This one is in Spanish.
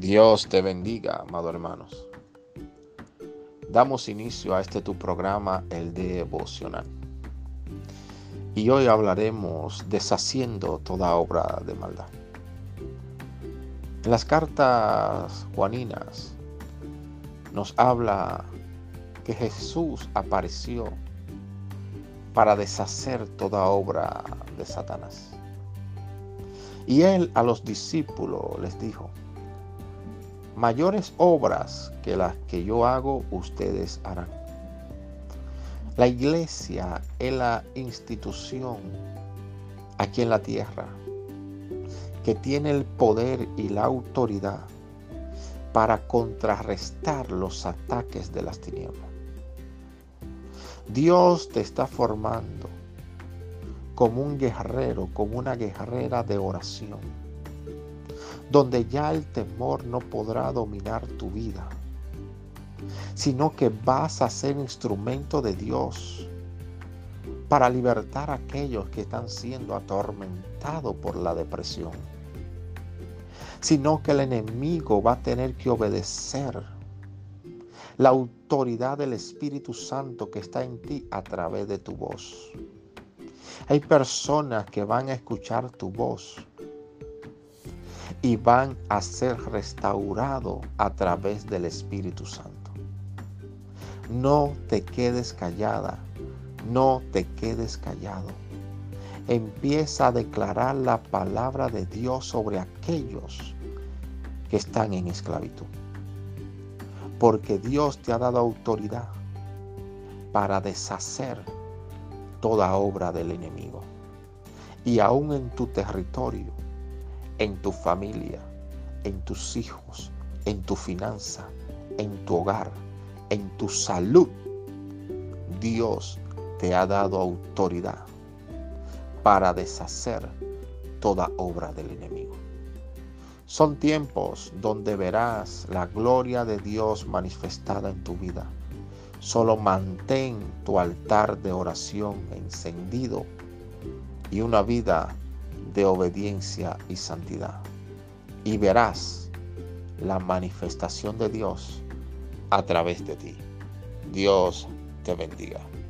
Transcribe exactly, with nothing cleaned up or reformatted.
Dios te bendiga, amados hermanos. Damos inicio a este tu programa, el devocional. Y hoy hablaremos deshaciendo toda obra de maldad. En las cartas juaninas nos habla que Jesús apareció para deshacer toda obra de Satanás. Y él a los discípulos les dijo: mayores obras que las que yo hago, ustedes harán. La iglesia es la institución aquí en la tierra que tiene el poder y la autoridad para contrarrestar los ataques de las tinieblas. Dios te está formando como un guerrero, como una guerrera de oración, donde ya el temor no podrá dominar tu vida, sino que vas a ser instrumento de Dios para libertar a aquellos que están siendo atormentados por la depresión, sino que el enemigo va a tener que obedecer la autoridad del Espíritu Santo que está en ti a través de tu voz. Hay personas que van a escuchar tu voz y van a ser restaurados a través del Espíritu Santo. No te quedes callada, no te quedes callado. Empieza a declarar la palabra de Dios sobre aquellos que están en esclavitud. Porque Dios te ha dado autoridad para deshacer toda obra del enemigo. Y aún en tu territorio, en tu familia, en tus hijos, en tu finanza, en tu hogar, en tu salud, Dios te ha dado autoridad para deshacer toda obra del enemigo. Son tiempos donde verás la gloria de Dios manifestada en tu vida. Solo mantén tu altar de oración encendido y una vida de obediencia y santidad, y verás la manifestación de Dios a través de ti. Dios te bendiga.